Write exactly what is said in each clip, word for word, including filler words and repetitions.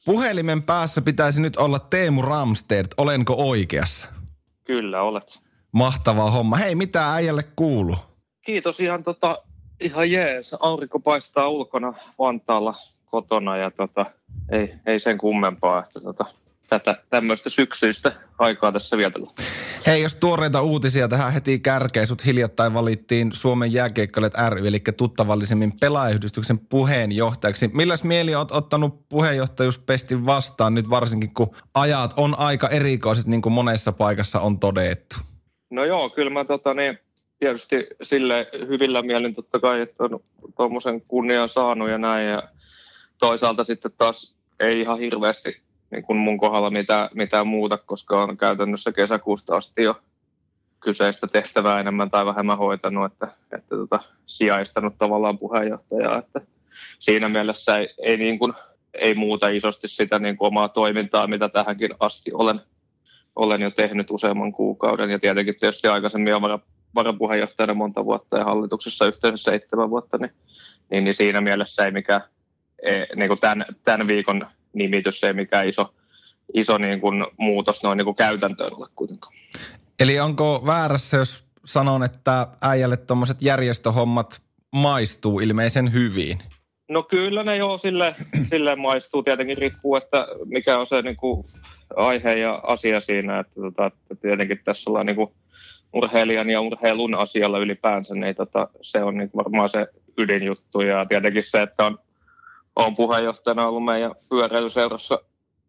Puhelimen päässä pitäisi nyt olla Teemu Ramstedt. Olenko oikeassa? Kyllä olet. Mahtava homma. Hei, mitä äijälle kuuluu? Kiitos, ihan, tota, ihan jees. Aurinko paistaa ulkona Vantaalla kotona ja tota, ei, ei sen kummempaa, että tota, tätä tämmöistä syksyistä aikaa tässä vietellä. Hei, jos tuoreita uutisia tähän heti kärkeen, sut hiljattain valittiin Suomen jääkiekkoilijat ry, eli tuttavallisemmin Pelaajayhdistyksen puheenjohtajaksi. Milläs mieli oot ottanut puheenjohtajuuspestin vastaan nyt varsinkin, kun ajat on aika erikoiset, niin kuin monessa paikassa on todettu? No joo, kyllä mä tota, niin, tietysti sille hyvillä mielin totta kai, että on tuommoisen kunnian saanut ja näin. Ja toisaalta sitten taas ei ihan hirveästi niin kuin mun kohdalla mitään, mitään muuta, koska on käytännössä kesäkuusta asti jo kyseistä tehtävää enemmän tai vähemmän hoitanut, että, että tota, sijaistanut tavallaan puheenjohtajaa. Että siinä mielessä ei, ei, niin kuin, ei muuta isosti sitä niin kuin omaa toimintaa, mitä tähänkin asti olen, olen jo tehnyt useamman kuukauden. Ja tietenkin tietysti aikaisemmin on vara, varapuheenjohtajana monta vuotta ja hallituksessa yhteensä seitsemän vuotta, niin, niin, niin siinä mielessä ei mikään, ei, niin kuin tämän, tämän viikon nimitys ei mikään iso, iso niin kuin muutos noin niin kuin käytäntöön ole kuitenkaan. Eli onko väärässä, jos sanon, että äijälle tuommoiset järjestöhommat maistuu ilmeisen hyvin? No kyllä ne joo sille, sille maistuu. Tietenkin riippuu, että mikä on se niin kuin aihe ja asia siinä. Että, tota, että tietenkin tässä ollaan niin kuin urheilijan ja urheilun asialla ylipäänsä, niin tota, se on niin kuin varmaan se ydinjuttu. Ja tietenkin se, että on Olen puheenjohtajana ollut meidän pyöräilyseurassa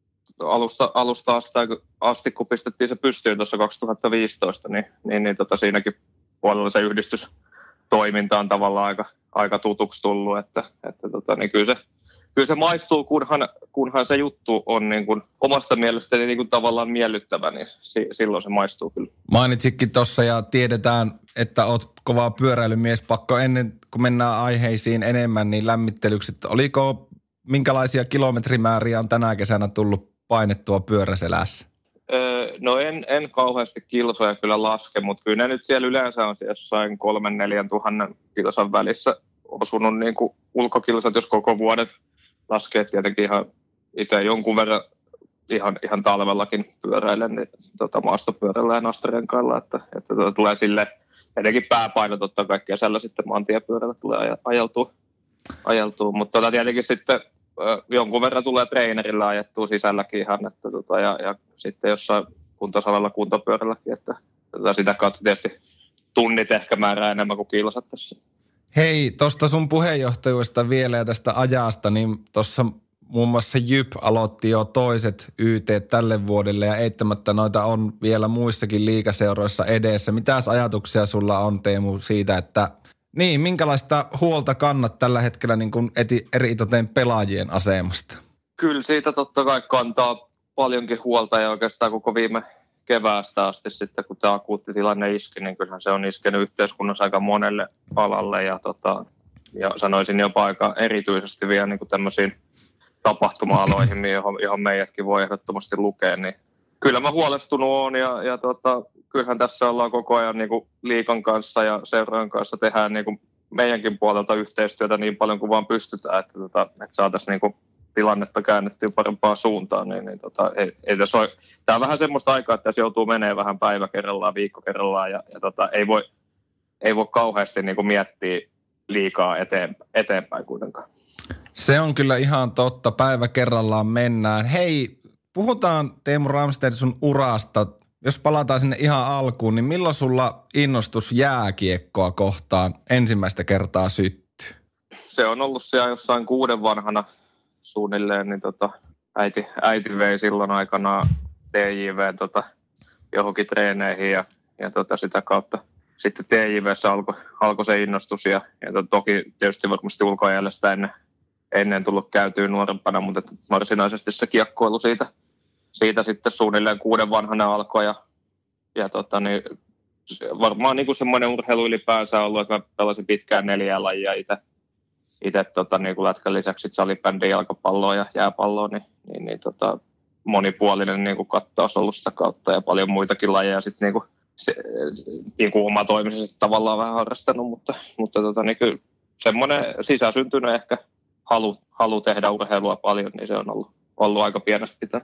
alusta, alusta asti, asti, kun pistettiin se pystyyn tuossa kaksituhattaviisitoista, niin, niin, niin tota, siinäkin puolella se yhdistystoiminta on tavallaan aika, aika tutuksi tullut, että, että tota, niin kyllä, se, kyllä se maistuu, kunhan, kunhan se juttu on niin kuin omasta mielestäni niin kuin tavallaan miellyttävä, niin si, silloin se maistuu kyllä. Mainitsitkin tuossa ja tiedetään, että oot kova pyöräilymies. Pakko ennen kuin mennään aiheisiin enemmän, niin lämmittelyksi, oliko minkälaisia kilometrimääriä on tänä kesänä tullut painettua pyöräselässä? Öö, no en, en kauheasti kilsoja kyllä laske, mutta kyllä ne nyt siellä yleensä on jossain kolmen neljän tuhannen kilsan välissä osunut niin kuin ulkokilsat, jos koko vuoden laskee. Tietenkin ihan itse jonkun verran ihan, ihan talvellakin pyöräilen niin, tota, maastopyörällä ja nastarenkailla, että, että tota, tulee silleen, etenkin pääpaino totta kai kesällä sitten maantiepyörällä tulee ajeltua, ajeltua. Mutta tota, tietenkin sitten ö, jonkun verran tulee treenerillä ajettua sisälläkin ihan, että, tota, ja, ja sitten jossain kuntosalalla kuntopyörälläkin, että tota, sitä kautta tietysti tunnit ehkä määrää enemmän kuin kilsat tässä. Hei, tuosta sun puheenjohtajuudesta vielä ja tästä ajasta, niin tuossa muun muassa Jyp aloitti jo toiset Y T tälle vuodelle ja eittämättä noita on vielä muissakin liigaseuroissa edessä. Mitäs ajatuksia sulla on, Teemu, siitä, että niin, minkälaista huolta kannat tällä hetkellä niin kuin eti, eritoten pelaajien asemasta? Kyllä siitä totta kai kantaa paljonkin huolta ja oikeastaan koko viime keväästä asti sitten, kun tämä akuutti tilanne iski, niin kyllähän se on iskenyt yhteiskunnassa aika monelle alalle ja, tota, ja sanoisin jopa aika erityisesti vielä niin kuin tämmöisiin tapahtuma-aloihin, johon, johon meidätkin voi ehdottomasti lukea, niin kyllä mä huolestunut oon ja, ja tota, kyllähän tässä ollaan koko ajan niin kuin liigan kanssa ja seurojen kanssa tehdään niin kuin meidänkin puolelta yhteistyötä niin paljon kuin vaan pystytään, että, tota, että saataisiin niin kuin tilannetta käännettyä parempaan suuntaan, niin, niin tota, ei, ei tässä ole, tämä on vähän semmoista aikaa, että tässä joutuu menee vähän päivä kerrallaan, viikko kerrallaan ja, ja tota, ei, voi, ei voi kauheasti niin kuin miettiä liikaa eteen, eteenpäin kuitenkaan. Se on kyllä ihan totta. Päivä kerrallaan mennään. Hei, puhutaan Teemu Ramstedt sun urasta. Jos palataan sinne ihan alkuun, niin milloin sulla innostus jääkiekkoa kohtaan ensimmäistä kertaa syttyi? Se on ollut siellä jossain kuuden vanhana suunnilleen, niin tota, äiti, äiti vei silloin aikanaan T J V tota, johonkin treeneihin ja, ja tota, sitä kautta sitten T J V:ssä alkoi alko se innostus ja, ja to, toki tietysti varmasti ulkoajallista ennen ennen tullut käytyä nuorempana, mutta varsinaisesti se kiekkoilu siitä, siitä sitten suunnilleen kuuden vanhana alkoi. Ja, ja tota, niin, varmaan niin kuin semmoinen urheilu ylipäänsä ollut, että mä pelasin pitkään neljää lajia itse. Itse tota, niin lätkän lisäksi salibändiä, jalkapalloa ja jääpalloa, niin, niin, niin tota, monipuolinen niin kuin kattaus ollut sitä kautta ja paljon muitakin lajeja sitten niin kuin, se, niin kuin omatoimisesti tavallaan vähän harrastanut, mutta, mutta tota, niin kyllä semmoinen sisäsyntynyt ehkä halu, halu tehdä urheilua paljon, niin se on ollut, ollut aika pienestä pitää.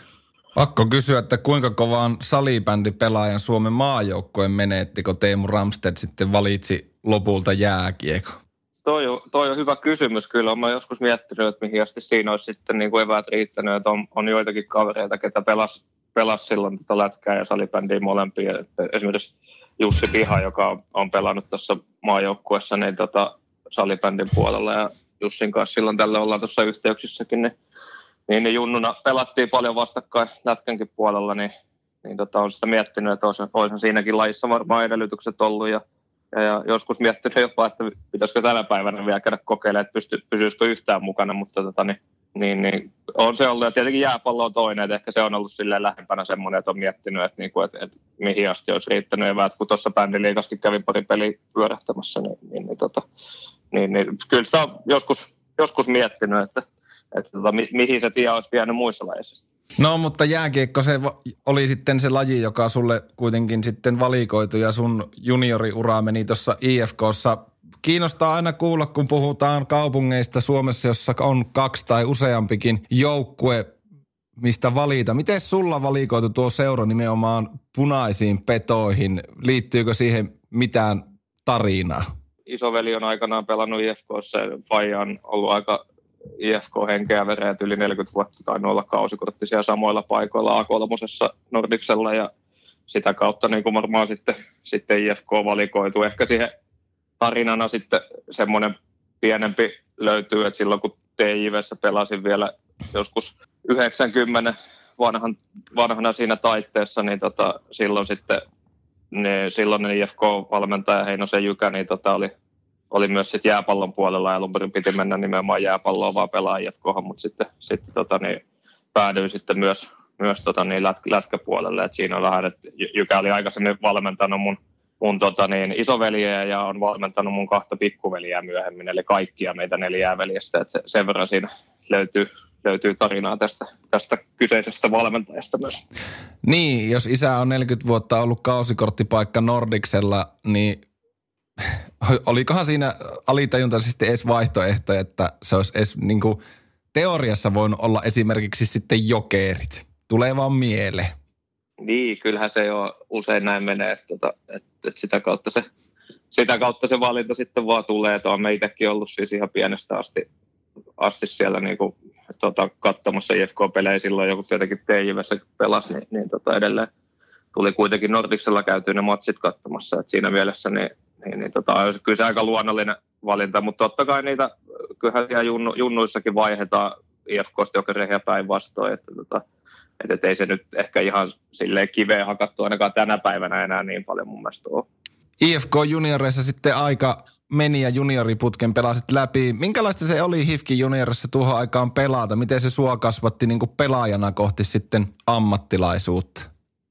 Pakko kysyä, että kuinka kovaan salibändipelaajan Suomen maajoukkojen menetti, kun Teemu Ramstedt sitten valitsi lopulta jääkiekon? Toi on, toi on hyvä kysymys kyllä. Olen joskus miettinyt, että mihin asti siinä olisi sitten niin kuin eväät riittänyt. Että on, on joitakin kavereita, ketä pelasi, pelasi silloin tätä lätkää ja salibändiä molempia. Että esimerkiksi Jussi Piha, joka on, on pelannut tuossa maajoukkuessa niin tota, salibändin puolella. Ja Jussin kanssa silloin tällä ollaan tuossa yhteyksissäkin. Niin, niin, niin junnuna pelattiin paljon vastakkain lätkänkin puolella. Niin, niin tota, olen sitä miettinyt, että olisi, olisi siinäkin lajissa varmaan edellytykset ollut. Ja Ja, ja joskus miettinyt jopa, että pitäisikö tänä päivänä vielä käydä kokeilemaan, että pysty, pysyisikö yhtään mukana, mutta tota, niin, niin, niin, on se ollut. Ja tietenkin jääpallo on toinen, että ehkä se on ollut silleen lähempänä semmoinen, että on miettinyt, että, niin kuin, että, että mihin asti olisi riittänyt eväät, kun tuossa bändiliigassakin kävin pari peliä pyörähtämässä, niin, niin, niin, tota, niin, niin kyllä sitä on joskus, joskus miettinyt, että, että tota, mi, mihin se tie olisi vienyt muissa lajeissa. No, mutta jääkiekko se oli sitten se laji, joka sulle kuitenkin sitten valikoitu ja sun junioriura meni tuossa I F K:ssa. Kiinnostaa aina kuulla, kun puhutaan kaupungeista Suomessa, jossa on kaksi tai useampikin joukkue, mistä valita. Miten sulla valikoitu tuo seura nimenomaan Punaisiin Petoihin? Liittyykö siihen mitään tarinaa? Isoveli on aikanaan pelannut I F K:ssa ja Faija on ollut aika I F K-henkeä vereet yli neljäkymmentä vuotta tai olla kausikortti siellä samoilla paikoilla A kolme Nordicsella ja sitä kautta niin kuin varmaan sitten, sitten I F K valikoitu. Ehkä siihen tarinana sitten semmoinen pienempi löytyy, että silloin kun T J V:ssä pelasin vielä joskus yhdeksänkymmentä vanhan, vanhana siinä taitteessa, niin tota, silloin sitten ne, silloinen I F K-valmentaja Heinosen Jykä niin tota oli Oli myös sitten jääpallon puolella ja alun perin piti mennä nimenomaan jääpalloon vaan pelaa I F K:han, mutta sitten, sitten tota, niin, päädyin sitten myös, myös tota, niin, lät, lätkäpuolelle. Et siinä on vähän, että Jykä oli aikaisemmin valmentanut mun, mun tota, niin, isoveliä ja on valmentanut mun kahta pikkuveliä myöhemmin, eli kaikkia meitä neljää veljestä. Et se, sen verran siinä löytyy, löytyy tarinaa tästä, tästä kyseisestä valmentajasta myös. Niin, jos isä on neljäkymmentä vuotta ollut kausikorttipaikka Nordicsella, niin olikohan siinä alitajuntaisesti edes vaihtoehto, että se olisi edes niin kuin teoriassa voinut olla esimerkiksi sitten Jokerit? Tulee vaan mieleen. Niin, kyllähän se jo usein näin menee, että, että, että sitä, kautta se, sitä kautta se valinta sitten vaan tulee. Että olen me itsekin ollut siis ihan pienestä asti, asti siellä niin kuin, tota, katsomassa I F K-pelejä silloin, joku tietenkin T J V:ssä pelasi, niin, niin tota, edelleen tuli kuitenkin Nordicsella käytyä ne matsit katsomassa. Että siinä mielessä niin Niin, niin tota, kyllä se aika luonnollinen valinta, mutta totta kai niitä, kyllähän siellä junnu, junnuissakin vaihdetaan I F K:sta Jokereihin ja päinvastoin, että, tota, että, että ei se nyt ehkä ihan silleen kiveen hakattu ainakaan tänä päivänä enää niin paljon mun mielestä ole. I F K-junioreissa sitten aika meni ja junioriputken pelasit läpi. Minkälaista se oli H I F K:n juniorissa tuohon aikaan pelata? Miten se sua kasvatti niin kuin pelaajana kohti sitten ammattilaisuutta?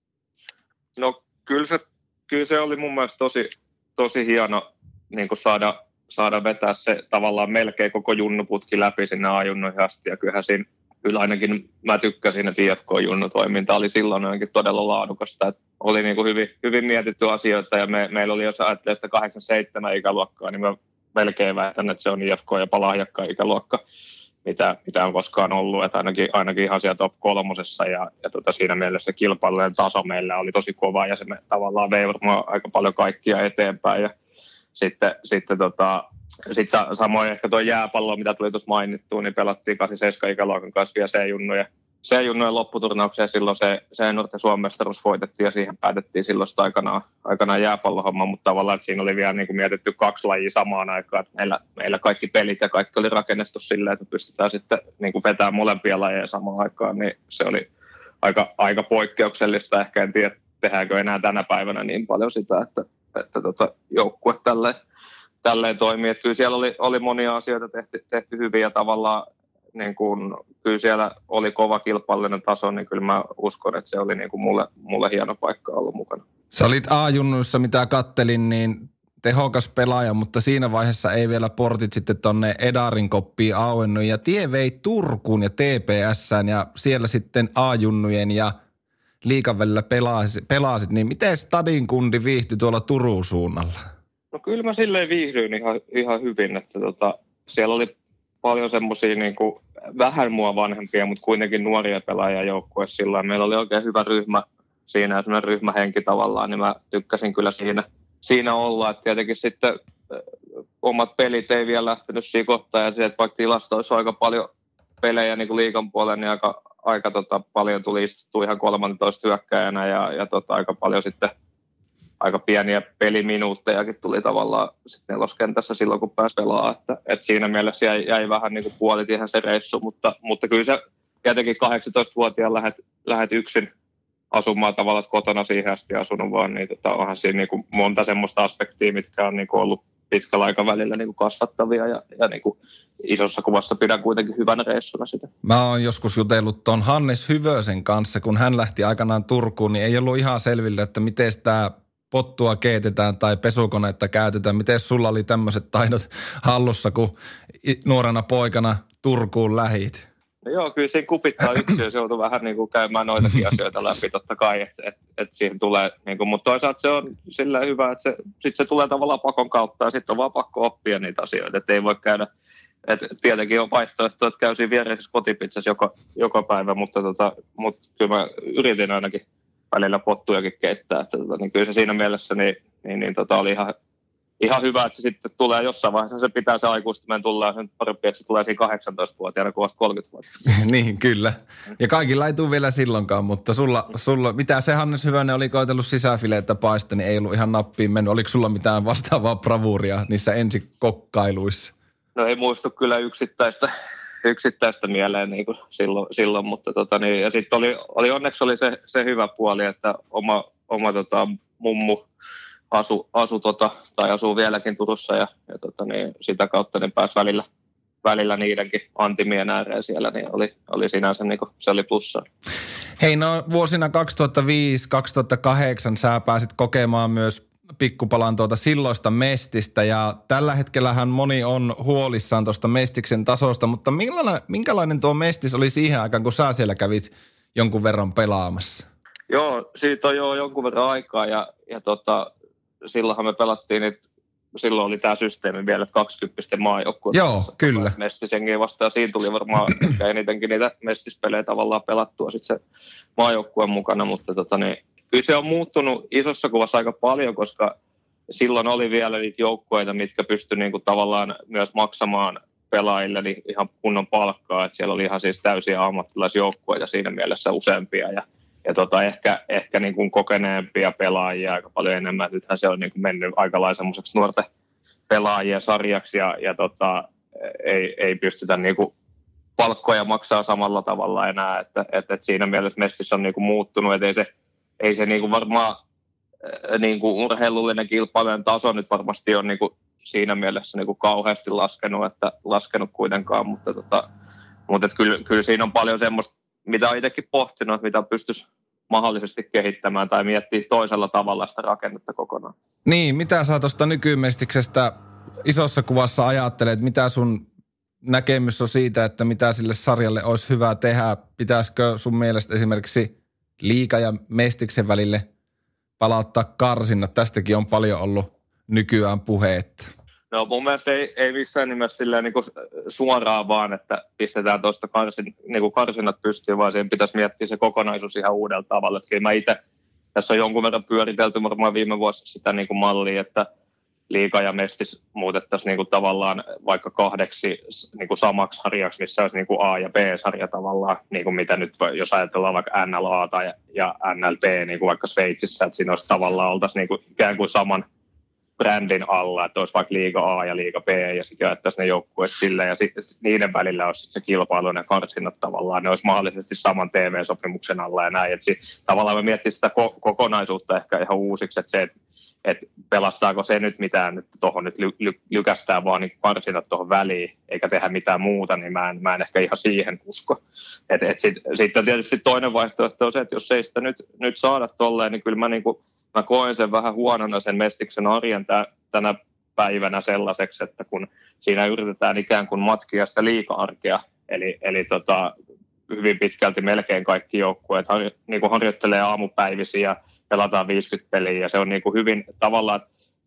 No kyllä se, kyllä se oli mun mielestä tosi... tosi hieno niin kuin saada, saada vetää se tavallaan melkein koko junnuputki läpi sinne A-junnuihin asti. Ja kyllähän siinä, kyllä ainakin mä tykkäsin, että I F K-junnutoiminta oli silloin ainakin todella laadukasta. Että oli niin kuin hyvin, hyvin mietitty asioita ja me, meillä oli, jos ajattelee sitä kahdeksankymmentäseitsemän ikäluokkaa, niin mä melkein väitän, että se on I F K ja lahjakkain ikäluokka, mitä, mitä on koskaan ollut. Että ainakin, ainakin ihan siellä top kolmosessa ja, ja tota, siinä mielessä kilpailujen taso meillä oli tosi kova ja se me tavallaan vei varmaan aika paljon kaikkia eteenpäin. Ja sitten, sitten tota, sit samoin ehkä tuo jääpallo, mitä tuli tuossa mainittua, niin pelattiin kahdeksankymmentäseitsemän ikäluokan kanssa vielä C-junnuja. C-junnujen lopputurnaukseen silloin se, se nuorten Suomen mestaruus voitettiin ja siihen päätettiin silloin sitä aikanaan, aikanaan jääpallohomma, mutta tavallaan että siinä oli vielä niin kuin mietitty kaksi lajia samaan aikaan. Meillä, meillä kaikki pelit ja kaikki oli rakennettu silleen, että pystytään sitten niin kuin vetämään molempia lajeja samaan aikaan, niin se oli aika, aika poikkeuksellista. Ehkä en tiedä, tehdäänkö enää tänä päivänä niin paljon sitä, että, että tota, joukkue tälleen, tälleen toimii. Että kyllä siellä oli, oli monia asioita tehty, tehty hyvin ja tavallaan niin kuin, kyllä siellä oli kova kilpailullinen taso, niin kyllä mä uskon, että se oli niin kuin mulle, mulle hieno paikka ollut mukana. Sä olit A-junnuissa, mitä kattelin, niin tehokas pelaaja, mutta siinä vaiheessa ei vielä portit sitten tonne Edarin koppiin auennut ja tie vei Turkuun ja T P S:ään ja siellä sitten A-junnujen ja liigan välillä pelasit, pelasit, niin miten Stadin kundi viihtyi tuolla Turun suunnalla? No kyllä mä silleen viihdyin ihan, ihan hyvin, että tota, siellä oli paljon semmoisia niin kuin vähän mua vanhempia, mutta kuitenkin nuoria pelaajia joukkueessa sillä. Meillä oli oikein hyvä ryhmä siinä ja semmoinen ryhmähenki tavallaan, niin mä tykkäsin kyllä siinä, siinä olla. Et tietenkin sitten omat pelit ei vielä lähtenyt siinä kohtaa ja se, että vaikka tilastoissa on aika paljon pelejä niin kuin liigan puolella, niin aika, aika tota, paljon tuli istuttua ihan kolmetoista hyökkäjänä ja, ja tota, aika paljon sitten aika pieniä peliminuuttejakin tuli tavallaan sitten neloskentässä silloin, kun pääsi pelaamaan. Että, että siinä mielessä jäi, jäi vähän niin kuin puolitiehen se reissu, mutta, mutta kyllä se jotenkin kahdeksantoistavuotiaan lähdet, lähdet yksin asumaan tavallaan, että kotona siihen asti asunut vaan, niin tota, onhan siinä niin kuin monta semmoista aspektia, mitkä on niin kuin ollut pitkällä aikavälillä niin kuin kasvattavia ja, ja niin kuin isossa kuvassa pidän kuitenkin hyvänä reissuna sitä. Mä oon joskus jutellut ton Hannes Hyvösen kanssa, kun hän lähti aikanaan Turkuun, niin ei ollut ihan selville, että miten tämä pottua keitetään tai pesukoneetta käytetään. Miten sulla oli tämmöiset taidot hallussa, kun nuorena poikana Turkuun lähit? No joo, kyllä siinä kupittaa yksi, jos joutuu vähän niin kuin käymään noitakin asioita läpi totta kai, että et, et siihen tulee, niin kuin, mutta toisaalta se on silleen hyvä, että se, sit se tulee tavallaan pakon kautta ja sitten on vaan pakko oppia niitä asioita, että ei voi käydä, että tietenkin on vaihtoehto, että käy siinä viereisessä kotipizzassa joka, joka päivä, mutta, tota, mutta kyllä mä yritin ainakin välillä pottujakin keittää, että tota, niin kyllä se siinä mielessä niin, niin, niin tota, oli ihan, ihan hyvä, että se sitten tulee jossain vaiheessa, se pitää se aikuistuminen tulla ja sen parempi, että se tulee siinä kahdeksantoistavuotiaana kuin vasta kolmekymmentävuotiaana. Niin, kyllä. Ja kaikilla ei tule vielä silloinkaan, mutta sulla, sulla mitä se Hannes Hyvönen oli koetellut sisäfileitä paista, niin ei ollut ihan nappiin mennyt. Oliko sulla mitään vastaavaa bravuuria niissä ensikokkailuissa? No ei muistu kyllä yksittäistä, yksittäistä mieleen niin kuin silloin, silloin, mutta tota niin, ja sitten oli, oli, onneksi oli se, se hyvä puoli, että oma, oma tota, mummu asu, asu tota, tai asuu vieläkin Turussa ja, ja tota niin, sitä kautta niin pääsi välillä, välillä niidenkin antimien ääreen siellä, niin oli, oli sinänsä niin kuin, se oli plussaa. Hei, no vuosina kaksituhattaviisi kaksituhattakahdeksan sä pääsit kokemaan myös pikkupalan tuota silloista Mestistä ja tällä hetkellähän moni on huolissaan tuosta Mestiksen tasosta, mutta minkälainen tuo Mestis oli siihen aikaan, kun sä siellä kävit jonkun verran pelaamassa? Joo, siitä on jo jonkun verran aikaa ja, ja tota, silloinhan me pelattiin, että silloin oli tämä systeemi vielä, että kaksikymppisten maajoukkueet. Joo, kyllä. Mestisenkin vastaan. Siinä tuli varmaan ehkä enitenkin niitä mestispelejä tavallaan pelattua sitten se maajoukkueen mukana, mutta tota niin, kyllä se on muuttunut isossa kuvassa aika paljon, koska silloin oli vielä niitä joukkueita, mitkä pystyi niinku tavallaan myös maksamaan pelaajille niin ihan kunnon palkkaa. Et siellä oli ihan siis täysiä ammattilaisjoukkueita siinä mielessä useampia ja, ja tota, ehkä, ehkä niinku kokeneempia pelaajia aika paljon enemmän. Nythän se on niinku mennyt aika lailla semmoiseksi nuorten pelaajien sarjaksi ja, ja tota, ei, ei pystytä niinku palkkoja maksaa samalla tavalla enää. Että et, et siinä mielessä Mestissä on niinku muuttunut, että ei se Ei se niinku varmaan niinku urheilullinen kilpailujen taso nyt varmasti on niinku siinä mielessä niinku kauheasti laskenut, että laskenut kuitenkaan, mutta, tota, mutta kyllä, kyllä siinä on paljon semmoista, mitä olen itsekin pohtinut, mitä pystyisi mahdollisesti kehittämään tai miettiä toisella tavalla sitä rakennetta kokonaan. Niin, mitä sä tuosta nykymestiksestä isossa kuvassa ajattelet, mitä sun näkemys on siitä, että mitä sille sarjalle olisi hyvä tehdä, pitäisikö sun mielestä esimerkiksi liiga ja Mestiksen välille palauttaa karsinnat. Tästäkin on paljon ollut nykyään puhetta. No mun mielestä ei, ei missään nimessä silleen niin kuin suoraan vaan, että pistetään tuosta karsin, niin kuin karsinnat pystyyn, vaan siihen pitäisi miettiä se kokonaisuus ihan uudella tavalla. Että kyllä mä itse, tässä on jonkun verran pyöritelty varmaan viime vuosina sitä niin kuin mallia, että liiga ja Mestis muutettaisiin niin kuin tavallaan vaikka kahdeksi niin kuin samaksi sarjaksi, missä olisi niin kuin A- ja B-sarja tavallaan, niin kuin mitä nyt, jos ajatellaan vaikka N L A tai ja N L B, niin kuin vaikka Sveitsissä, että siinä olisi tavallaan oltaisiin niin kuin ikään kuin saman brändin alla, että olisi vaikka liiga A ja liiga B, ja sitten jaettaisiin ne joukkueet silleen, ja sit, sit niiden välillä olisi sit se kilpailu ja karsinnat tavallaan, ne olisi mahdollisesti saman T V-sopimuksen alla ja näin, että sit, tavallaan me miettii sitä ko- kokonaisuutta ehkä ihan uusiksi, että se, että että pelastaako se nyt mitään, että tuohon nyt ly- ly- lykästään vaan niin karsinat tuohon väliin, eikä tehdä mitään muuta, niin mä en, mä en ehkä ihan siihen usko. Et, et Sitten sit tietysti toinen vaihtoehto on se, että jos ei sitä nyt, nyt saada tolleen, niin kyllä mä, niin kuin, mä koen sen vähän huonona sen Mestiksen arjen tä, tänä päivänä sellaiseksi, että kun siinä yritetään ikään kuin matkia sitä liiga-arkea, eli, eli tota, hyvin pitkälti melkein kaikki joukkueet har, niin kuin harjoittelee aamupäivisiä, pelataan viisikymmentä peliä ja se on niin kuin hyvin tavallaan,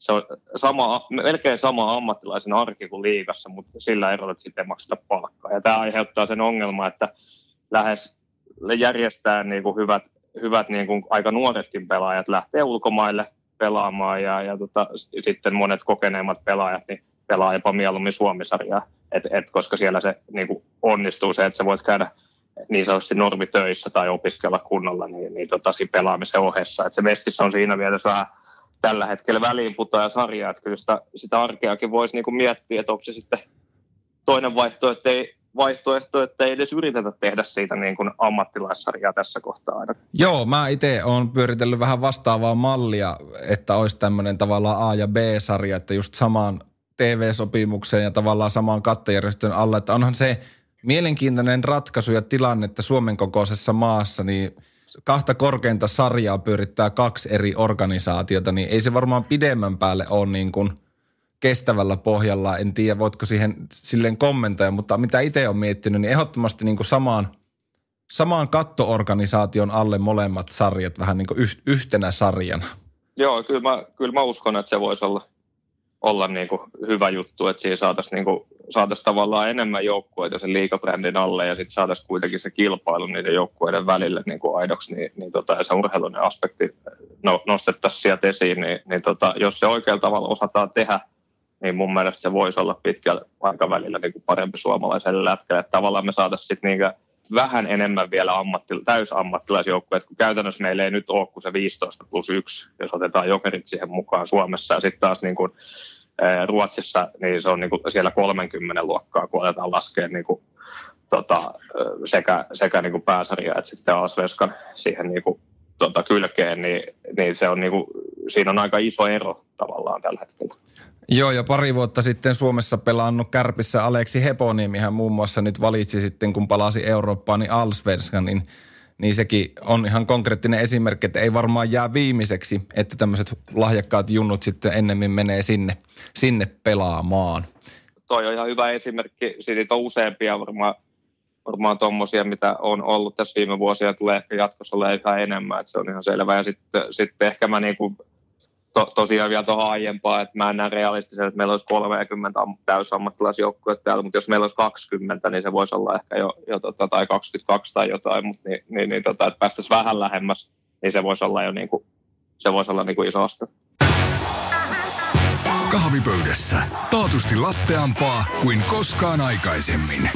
se on sama, melkein sama ammattilaisen arki kuin liigassa, mutta sillä erolla, että sitten ei makseta palkkaa. Ja tämä aiheuttaa sen ongelman, että lähes järjestää niin kuin hyvät, hyvät niin kuin aika nuoretkin pelaajat lähtee ulkomaille pelaamaan ja, ja tota, sitten monet kokeneemmat pelaajat niin pelaa jopa mieluummin Suomi-sarjaa, et, et, koska siellä se niin kuin onnistuu se, että sä voit käydä niin sanotusti normitöissä tai opiskella kunnolla niin, niin tota, siinä pelaamisen ohessa. Et se Vestissä on siinä mielessä vähän tällä hetkellä väliinputoaja sarja, että kyllä sitä, sitä arkeakin voisi niin kuin miettiä, että onko se sitten toinen vaihtoehto, että ei, vaihtoehto, että ei edes yritetä tehdä siitä niin kuin ammattilaissarjaa tässä kohtaa aina. Joo, mä itse olen pyöritellyt vähän vastaavaa mallia, että olisi tämmöinen tavallaan A- ja B-sarja, että just samaan T V-sopimukseen ja tavallaan samaan kattojärjestön alla, että onhan se mielenkiintoinen ratkaisu ja tilanne, että Suomen kokoisessa maassa niin kahta korkeinta sarjaa pyörittää kaksi eri organisaatiota, niin ei se varmaan pidemmän päälle ole niin kuin kestävällä pohjalla. En tiedä, voitko siihen silleen kommentoida, mutta mitä itse olen miettinyt, niin ehdottomasti niin kuin samaan, samaan kattoorganisaation alle molemmat sarjat vähän niin kuin yhtenä sarjana. Joo, kyllä mä, kyllä mä uskon, että se voisi olla, olla niin kuin hyvä juttu, että siinä saataisiin niin kuin saataisiin tavallaan enemmän joukkueita sen liigabrändin alle ja sitten saataisiin kuitenkin se kilpailu niiden joukkueiden välille niin kuin aidoksi, niin, niin tota, ja se urheilullinen aspekti no, nostettaisiin sieltä esiin, niin, niin tota, jos se oikealla tavalla osataan tehdä, niin mun mielestä se voisi olla pitkällä aikavälillä niin kuin parempi suomalaiselle lätkälle, että tavallaan me saataisiin sitten niin vähän enemmän vielä ammatti, täysammattilaisjoukkueet, kun käytännössä meillä ei nyt ole kuin se viisitoista plus yksi, jos otetaan jokerit siihen mukaan Suomessa ja sitten taas niin kuin Ruotsissa niin se on niin kuin siellä kolmekymmentä luokkaa, kun aletaan laskea niin kuin, tota, sekä, sekä niin kuin pääsarja että sitten Allsvenskan siihen niin kuin, tota, kylkeen, niin, niin, se on, niin kuin, siinä on aika iso ero tavallaan tällä hetkellä. Joo, ja pari vuotta sitten Suomessa pelannut Kärpissä Aleksi Heponiemihän muun muassa nyt valitsi sitten, kun palasi Eurooppaan, niin Allsvenskan, niin niin sekin on ihan konkreettinen esimerkki, että ei varmaan jää viimeiseksi, että tämmöiset lahjakkaat junnut sitten ennemmin menee sinne, sinne pelaamaan. Toi on ihan hyvä esimerkki. Siitä on useampia varmaan, varmaan tuommoisia, mitä on ollut tässä viime vuosia, ja tulee ehkä jatkossa olemaan yhä enemmän, että se on ihan selvä. Ja sitten, sitten ehkä mä niinku to, tosiaan vielä tuohon aiempaan, että mä en näe realistisesti, että meillä olisi kolmekymmentä täysammattilaisjoukkuetta täällä, mutta jos meillä olisi kaksikymmentä, niin se voisi olla ehkä jo, jo tota, tai kaksikymmentäkaksi tai jotain, mutta niin, niin, niin, tota, että päästäisiin vähän lähemmäs, niin se voisi olla jo niin kuin, se voisi olla niin kuin iso aste. Kahvipöydässä taatusti latteampaa kuin koskaan aikaisemmin.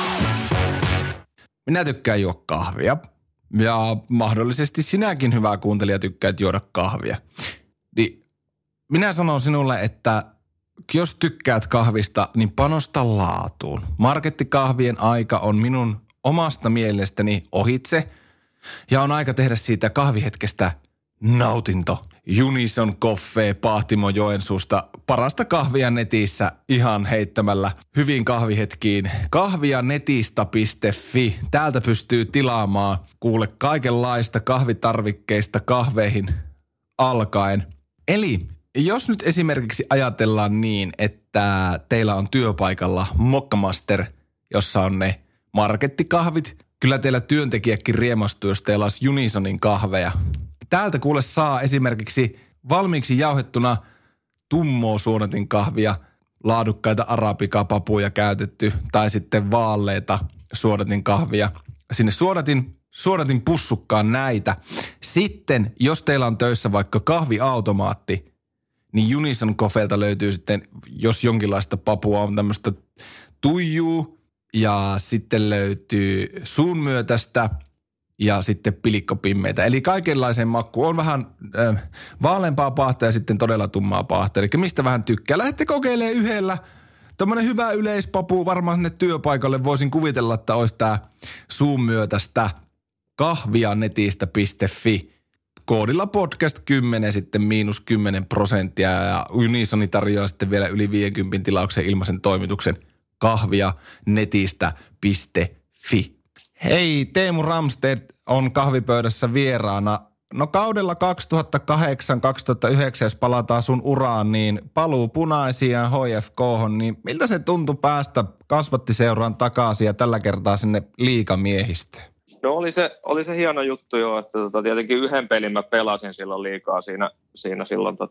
Minä tykkään juoda kahvia ja mahdollisesti sinäkin, hyvä kuuntelija, tykkäät juoda kahvia. Niin minä sanon sinulle, että jos tykkäät kahvista, niin panosta laatuun. Markettikahvien aika on minun omasta mielestäni ohitse ja on aika tehdä siitä kahvihetkestä nautinto. Unison Coffee Pahtimo Joensuusta. Parasta kahvia netissä ihan heittämällä hyvin kahvihetkiin. kahvianetistä piste fi. Täältä pystyy tilaamaan kuule kaikenlaista kahvitarvikkeista kahveihin alkaen. Eli jos nyt esimerkiksi ajatellaan niin, että teillä on työpaikalla Mokkamaster, jossa on ne markettikahvit. Kyllä teillä työntekijäkin riemastuu, jos teillä olisi Unisonin kahveja. Täältä kuule saa esimerkiksi valmiiksi jauhettuna tummoa suodatin kahvia, laadukkaita arabikapapuja käytetty tai sitten vaaleita suodatin kahvia. Sinne suodatin, suodatin pussukkaan näitä. Sitten, jos teillä on töissä vaikka kahviautomaatti, niin Unison Coffeelta löytyy sitten, jos jonkinlaista papua on tämmöistä tuijuu ja sitten löytyy suun myötästä ja sitten pilikkopimmeitä. Eli kaikenlaisen makku on vähän äh, vaaleampaa paahta ja sitten todella tummaa paahta. Eli mistä vähän tykkää. Lähdette kokeilemaan yhdellä. Tämmöinen hyvä yleispapu varmaan sinne työpaikalle. Voisin kuvitella, että olisi tämä suun myötästä kahvianetistä piste fi. Koodilla podcast kymmenen sitten miinus kymmenen prosenttia ja Unisoni tarjoaa sitten vielä yli viisikymmentä tilauksen ilmaisen toimituksen kahvianetistä piste fi. Hei, Teemu Ramstedt on kahvipöydässä vieraana. No kaudella kaksituhattakahdeksan kaksituhattayhdeksän, jos palataan sun uraan, niin paluu Punaisiin ja H F K:hon, niin miltä se tuntui päästä kasvattiseuraan takaisin ja tällä kertaa sinne liigamiehistöön? No oli se, oli se hieno juttu jo, että tota, tietenkin yhden pelin mä pelasin silloin liikaa siinä, siinä silloin tota,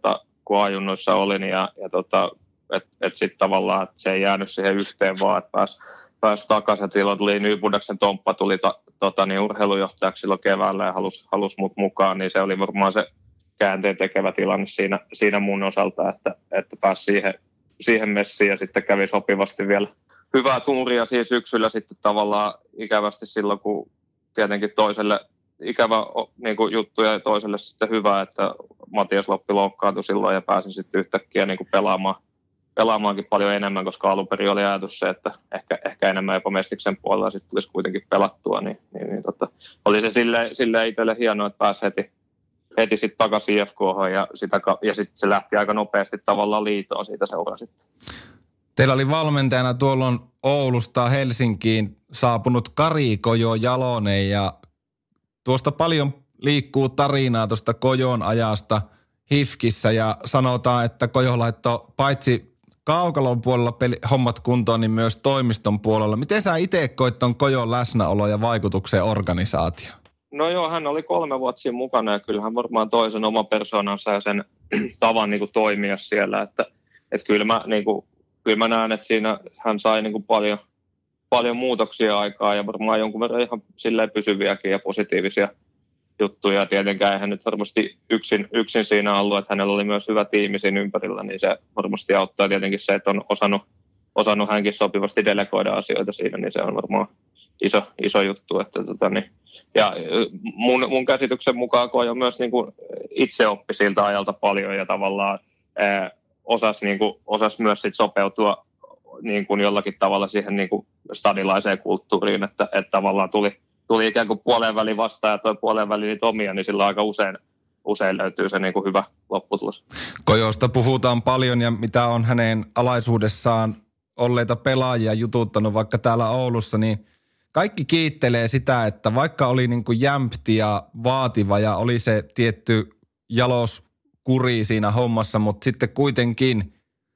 kun ajunnoissa olin ja, ja tota, että et sitten tavallaan et se ei jäänyt siihen yhteen vaan, että pääsi pääs takaisin. Ja silloin tuli Nybudaksen Tomppa tuli ta, tota, niin urheilujohtajaksi silloin keväällä ja halusi halus mut mukaan, niin se oli varmaan se käänteen tekevä tilanne siinä, siinä mun osalta, että, että pääsi siihen, siihen messiin ja sitten kävi sopivasti vielä hyvää tuuria siinä syksyllä sitten tavallaan ikävästi silloin, kun tietenkin toiselle ikävä niin kuin juttu ja toiselle sitten hyvä, että Matias Loppi loukkaantui silloin ja pääsin sitten yhtäkkiä niin kuin pelaamaan, pelaamaankin paljon enemmän, koska alun perin oli ajatus se, että ehkä, ehkä enemmän jopa Mestiksen puolella sitten tulisi kuitenkin pelattua, niin, niin, niin tota, oli se silleen, silleen itselle hienoa, että pääsi heti, heti sitten takaisin I F K:hon ja, sitä, ja sitten se lähti aika nopeasti tavallaan liitoon siitä seuraa sitten. Teillä oli valmentajana tuolloin Oulusta Helsinkiin saapunut Kari Kojo Jalonen ja tuosta paljon liikkuu tarinaa tuosta Kojon ajasta H I F Kissä ja sanotaan, että Kojo laittoi paitsi kaukalon puolella peli, hommat kuntoon, niin myös toimiston puolella. Miten sä itse koit ton Kojon läsnäolo ja vaikutuksen organisaatio? No joo, hän oli kolme vuotta siinä mukana ja kyllähän varmaan toisen oma persoonansa ja sen tavan niin kuin toimia siellä, että, että kyllä mä niin kuin Kyllä mä näen, että siinä hän sai niin kuin paljon, paljon muutoksia aikaa ja varmaan jonkun verran ihan silleen pysyviäkin ja positiivisia juttuja. Tietenkään eihän nyt varmasti yksin, yksin siinä ollut, että hänellä oli myös hyvä tiimi siinä ympärillä, niin se varmasti auttaa tietenkin se, että on osannut, osannut hänkin sopivasti delegoida asioita siinä, niin se on varmaan iso, iso juttu. Että, tota, niin. Ja mun, mun käsityksen mukaan Kojo myös niin kuin itse oppi siltä ajalta paljon ja tavallaan ää, osasi, niin kuin, osasi myös sit sopeutua niin kuin jollakin tavalla siihen niin kuin stadilaiseen kulttuuriin, että, että tavallaan tuli, tuli ikään kuin puoleen väliin vastaan ja toi puoleen väliin niitä omia, niin sillä aika usein, usein löytyy se niin kuin hyvä lopputulos. Kojosta puhutaan paljon ja mitä on hänen alaisuudessaan olleita pelaajia jututtanut vaikka täällä Oulussa, niin kaikki kiittelee sitä, että vaikka oli niin kuin jämpti ja vaativa ja oli se tietty jalos kuri siinä hommassa, mutta sitten kuitenkin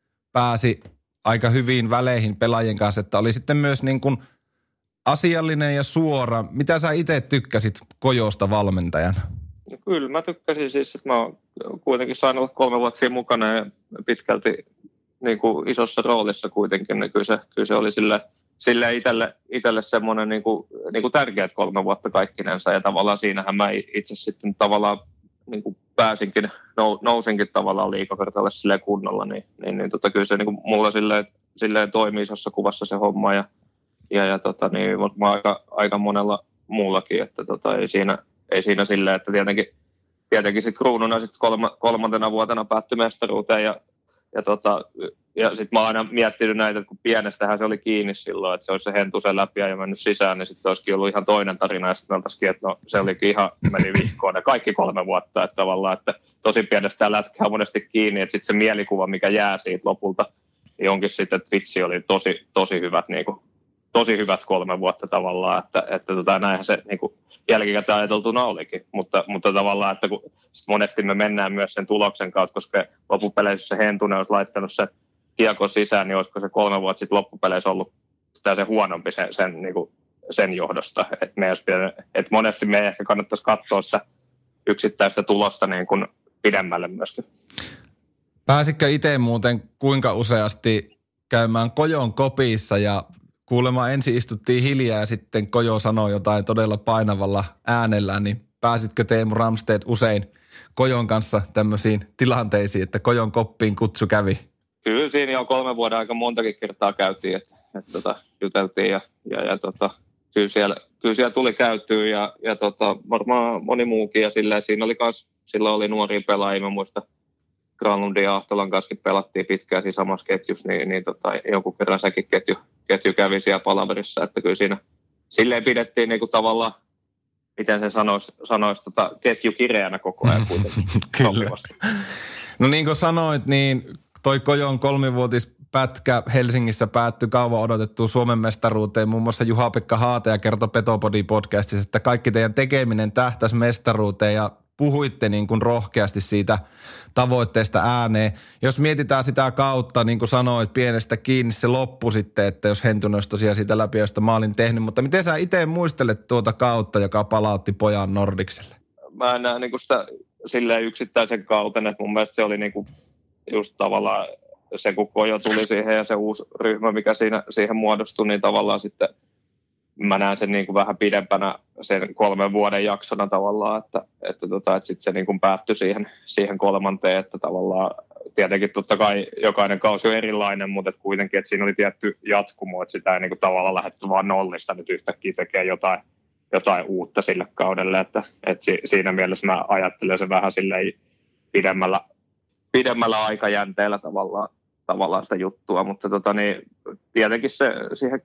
pääsi aika hyvin väleihin pelaajien kanssa, että oli sitten myös niin kuin asiallinen ja suora. Mitä sä itse tykkäsit Kojosta valmentajana? No kyllä mä tykkäsin siis, että mä oon kuitenkin saanut olla kolme vuotta siinä mukana ja pitkälti niin kuin isossa roolissa kuitenkin, niin kyllä se, kyllä se oli sille, sille itselle, itselle semmoinen niin kuin, niin kuin tärkeät kolme vuotta kaikkinensa ja tavallaan siinähän mä itse sitten tavallaan niin kuin pääsinkin, nousinkin tavallaan liigakartalle silleen kunnolla, niin, niin, niin tota, kyllä se niin kuin mulla silleen, silleen toimii isossa kuvassa se homma ja, ja, ja tota, niin varmaan aika, aika monella muullakin, että tota, ei siinä, ei siinä silleen, että tietenkin, tietenkin sitten kruununa sit kolma, kolmantena vuotena päättyi mestaruuteen ja, ja, tota, ja sitten mä oon aina miettinyt näitä, että kun pienestähän se oli kiinni silloin, että se olisi se hentusen läpi ja mennyt sisään, niin sitten olisikin ollut ihan toinen tarina ja sitten oltaisikin, että no se olikin ihan, meni vihkoon ja kaikki kolme vuotta, että tavallaan, että tosi pienestä lätkää monesti kiinni, että sitten se mielikuva, mikä jää siitä lopulta, niin onkin sitten, että vitsi oli tosi, tosi hyvät, niin kuin, tosi hyvät kolme vuotta tavallaan, että, että tota, näinhän se niin kuin jälkikäteen ajateltuna olikin, mutta, mutta tavallaan, että kun monesti me mennään myös sen tuloksen kautta, koska loppupeleissä se Hentunen olisi laittanut se kiekon sisään, niin olisiko se kolme vuotta sitten loppupeleissä ollut se huonompi sen, sen, niin kuin sen johdosta. Et me et monesti me ei ehkä kannattaisi katsoa sitä yksittäistä tulosta niin kuin pidemmälle myöskin. Pääsitkö itse muuten kuinka useasti käymään Kojon kopissa ja kuulemma ensin istuttiin hiljaa ja sitten Kojo sanoi jotain todella painavalla äänellä, niin pääsitkö Teemu Ramstedt usein Kojon kanssa tämmöisiin tilanteisiin, että Kojon koppiin kutsu kävi? Kyllä siinä jo kolme vuoden aika montakin kertaa käytiin, että, että tota, juteltiin ja, ja, ja tota, kyllä, siellä, kyllä siellä tuli käytyä ja, ja tota, varmaan moni muukin ja silleen, siinä oli kans, silloin oli nuoria pelaajia, mä muistan Granlundin ja Ahtolan kanssa pelattiin pitkään siinä samassa ketjussa, niin, niin tota, joku kerran sekin ketju, ketju kävi siellä palaverissa, että kyllä siinä silleen pidettiin niin kuin tavallaan, miten se sanoisi, sanoisi tota, ketju kireänä koko ajan kuitenkin. Kyllä. No niin kuin sanoit, niin toi Kojon kolmivuotispätkä Helsingissä päättyi kauan odotettuun Suomen mestaruuteen. Muun muassa Juha-Pekka Haataja kertoi Petopodi-podcastissa, että kaikki teidän tekeminen tähtäisi mestaruuteen ja puhuitte niin kuin rohkeasti siitä tavoitteesta ääneen. Jos mietitään sitä kautta, niin kuin sanoit, pienestä kiinni se loppu sitten, että jos Hentunen olisi tosiaan siitä läpi, josta mä olin tehnyt. Mutta miten sä itse muistelet tuota kautta, joka palautti pojan Nordikselle? Mä en näe niin kuin sitä silleen yksittäisen kauten, että mun mielestä se oli niin kuin just tavallaan se, kun Kojo tuli siihen ja se uusi ryhmä, mikä siinä, siihen muodostui, niin tavallaan sitten mä näen sen niin kuin vähän pidempänä sen kolmen vuoden jaksona tavallaan, että, että, tota, että sitten se niin kuin päättyi siihen, siihen kolmanteen, että tavallaan tietenkin totta kai jokainen kausi on erilainen, mutta että kuitenkin, että siinä oli tietty jatkumo, että sitä ei niin kuin tavallaan lähdetty vaan nollista nyt yhtäkkiä tekemään jotain, jotain uutta sille kaudelle, että, että siinä mielessä mä ajattelen se vähän silleen pidemmällä, pidemmällä aikajänteellä tavallaan, tavallaan sitä juttua, mutta tota, niin, tietenkin se siihen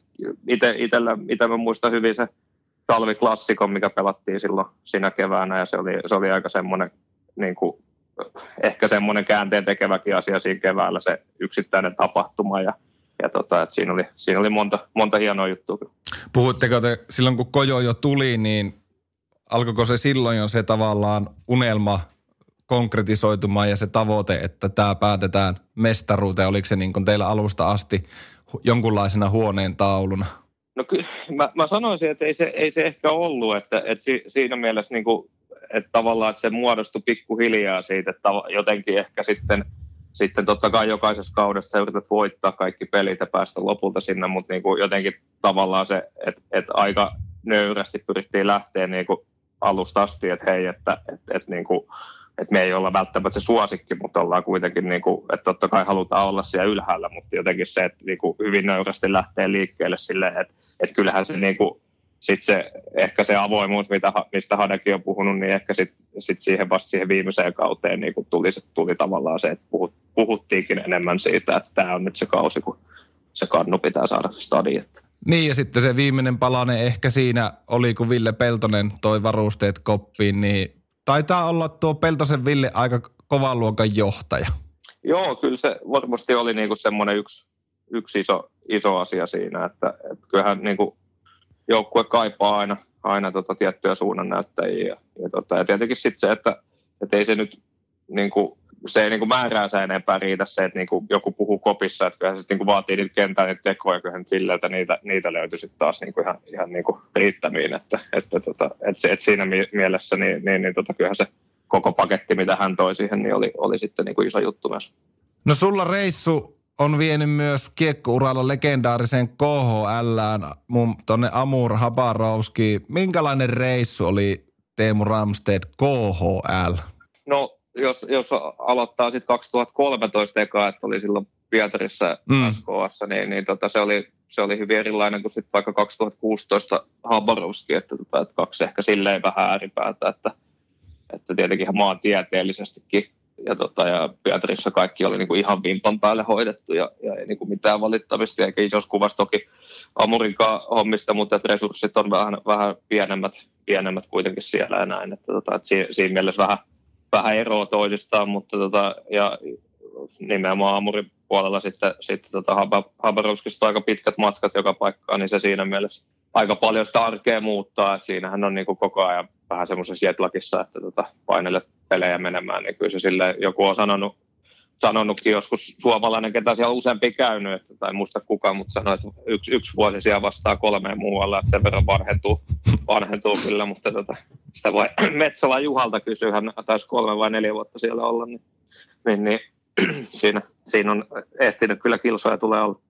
ite, itellä, ite mä muistan hyvin se talviklassikon, mikä pelattiin silloin siinä keväänä ja se oli, se oli aika semmoinen niin kuin, ehkä semmoinen käänteen tekeväkin asia siinä keväällä, se yksittäinen tapahtuma ja, ja tota, että siinä oli, siinä oli monta, monta hienoa juttua. Puhuitteko te silloin, kun Kojo jo tuli, niin alkoiko se silloin jo se tavallaan unelma konkretisoitumaan ja se tavoite, että tämä päätetään mestaruuteen? Oliko se niin kuin teillä alusta asti jonkunlaisena huoneen tauluna? No kyllä, mä, mä sanoisin, että ei se, ei se ehkä ollut, että, että si, siinä mielessä niin kuin, että tavallaan että se muodostui pikkuhiljaa siitä, että jotenkin ehkä sitten, sitten totta kai jokaisessa kaudessa yrität voittaa kaikki pelit ja päästä lopulta sinne, mutta niin kuin jotenkin tavallaan se, että, että aika nöyrästi pyrittiin lähteä niin kuin alusta asti, että hei, että, että, että, niin kuin, että me ei olla välttämättä se suosikki, mutta ollaan kuitenkin, niin kuin, että totta kai halutaan olla siellä ylhäällä, mutta jotenkin se, että niin kuin hyvin nöyrästi lähtee liikkeelle silleen, että, että kyllähän se niin kuin, sitten se, ehkä se avoimuus, mitä, mistä Hadekin on puhunut, niin ehkä sitten sit siihen vasta siihen viimeiseen kauteen niin tuli, tuli tavallaan se, että puhut, puhuttiinkin enemmän siitä, että tämä on nyt se kausi, kun se kannu pitää saada se stadion. Niin ja sitten se viimeinen palanen ehkä siinä oli, kun Ville Peltonen toi varusteet koppiin, niin taitaa olla tuo Peltosen Ville aika kovan luokan johtaja. Joo, kyllä se varmasti oli niinku semmoinen yksi, yksi iso, iso asia siinä, että, että kyllähän niinku joukkue kaipaa aina, aina tota tiettyjä suunnannäyttäjiä. Ja, ja, tota, ja tietenkin sitten se, että, että ei se nyt niinku, se ei niinku määräänsä enempää riitä se, että niinku joku puhuu kopissa, että kyllähän se niinku vaatii niitä kentän niitä tekoja, kyllähän Villeltä niitä, niitä löytyi sitten taas niinku ihan, ihan niinku riittämiin. Että, että, tota, että, että siinä mielessä niin, niin, niin tota, kyllähän se koko paketti, mitä hän toi siihen, niin oli, oli sitten niinku iso juttu myös. No sulla reissu on vienyt myös kiekkouralla legendaariseen K H L:ään, mun tonne Amur Habarovski. Minkälainen reissu oli Teemu Ramstedt K H L? No jos, jos aloittaa sitten kaksituhattakolmetoista ekaa, että oli silloin Pietarissa mm. S K S, niin, niin tota, se, oli, se oli hyvin erilainen kuin sitten vaikka kaksituhattakuusitoista Habarovski, että, tota, että kaksi ehkä silleen vähän ääripäätä, että, että tietenkin ihan maantieteellisestikin. Ja, tota, ja Pietarissa kaikki oli niinku ihan vimpan päälle hoidettu ja, ja ei niinku mitään valittamista, eikä isossa kuvassa toki Amurinkaan hommista, mutta että resurssit on vähän, vähän pienemmät, pienemmät kuitenkin siellä ja näin. Että, tota, että siinä, siinä mielessä vähän, vähän eroa toisistaan, mutta tota, ja nimenomaan Amurin puolella sitten, sitten tota Habarovskista aika pitkät matkat joka paikkaan, niin se siinä mielessä aika paljon sitä arkea muuttaa, että siinähän on niinku koko ajan vähän semmoisessa jetlagissa, että tota, painelet pelejä menemään, niin kyllä se silleen, joku on sanonut, sanonutkin joskus suomalainen, ketä siellä on useampi käynyt, että, tai en muista kukaan, mutta sanoi, että yksi, yksi vuosi siellä vastaa kolmeen muualla, että sen verran vanhentuu, vanhentuu kyllä, mutta tota, sitä voi Metsola Juhalta kysyä, hän taisi kolme vai neljä vuotta siellä olla, niin, niin, niin siinä, siinä on ehtinyt kyllä kilsoja tulee olla.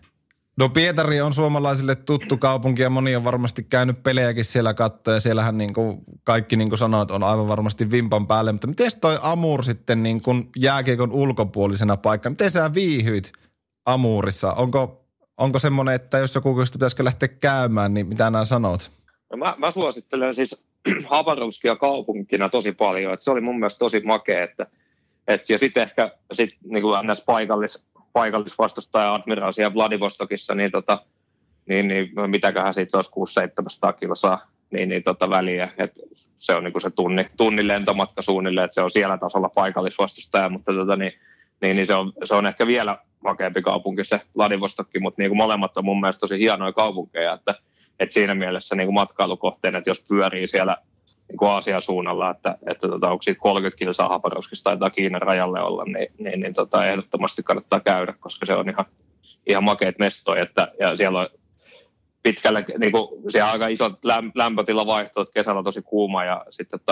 No Pietari on suomalaisille tuttu kaupunki ja moni on varmasti käynyt pelejäkin siellä katsoa ja siellähän niin kuin kaikki niin kuin sanoit on aivan varmasti vimpan päälle. Mutta miten toi Amur sitten niin kuin jääkiekon ulkopuolisena paikkana? Miten sä viihyit Amurissa? Onko, onko semmoinen, että jos joku kysyy, pitäisikö lähteä käymään, niin mitä nämä sanot? No mä, mä suosittelen siis Habarovskia kaupunkina tosi paljon. Että se oli mun mielestä tosi makea. Että, et, ja sitten ehkä sit, niin kuin ns. paikallis paikallisvastustaja Admiral siellä Vladivostokissa, niin, tota, niin, niin mitäköhän siitä olisi kuusi seitsemänsataa kilsaa niin, niin tota väliä. Et se on niinku se tunni, tunnin lentomatka suunnilleen, että se on siellä tasolla paikallisvastustaja, mutta tota, niin, niin, niin se, on, se on ehkä vielä makeampi kaupunki se Vladivostokki, mutta niinku molemmat on mun mielestä tosi hienoja kaupunkeja, että, että siinä mielessä niinku matkailukohteen, että jos pyörii siellä niin Aasian suunnalla, että, että tota, onko siitä kolmekymmentä kilsaa Habarovskista taitaa Kiinan rajalle olla, niin, niin, niin tota, ehdottomasti kannattaa käydä, koska se on ihan, ihan makeat mestoja, että, ja siellä on pitkälle, niin kuin, siellä on aika isot lämpötilavaihtoot, kesällä on tosi kuuma ja sitten taas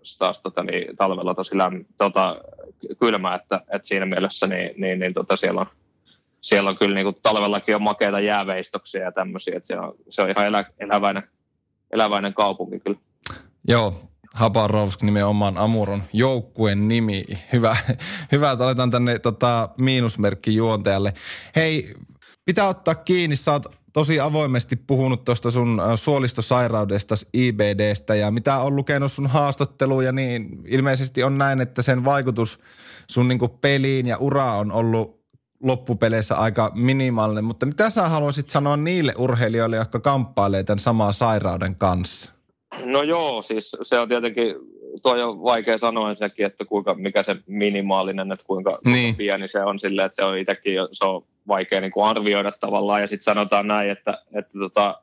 taas tota, niin, talvella tosi lämm, tota, kylmä, että, että siinä mielessä niin, niin, niin, tota, siellä, on, siellä on kyllä niin kuin, talvellakin on makeita jääveistoksia ja tämmöisiä, että se on, se on ihan elä, eläväinen, eläväinen kaupunki kyllä. Joo, Habarovsk nimenomaan Amuron joukkueen nimi. Hyvä, hyvä että aletaan tänne tota, miinusmerkki juontajalle. Hei, pitää ottaa kiinni, sä oot tosi avoimesti puhunut tuosta sun suolistosairaudesta, I B D:stä ja mitä on lukenut sun haastatteluja, niin ilmeisesti on näin, että sen vaikutus sun niinku peliin ja ura on ollut loppupeleissä aika minimaalinen. Mutta mitä sä haluaisit sanoa niille urheilijoille, jotka kamppailee tämän saman sairauden kanssa? No joo, siis se on tietenkin, toi on vaikea sanoa sekin, että kuinka, mikä se minimaalinen, että kuinka, niin. kuinka pieni se on silleen, että se on itsekin, se on vaikea niin kuin arvioida tavallaan. Ja sitten sanotaan näin, että, että tota,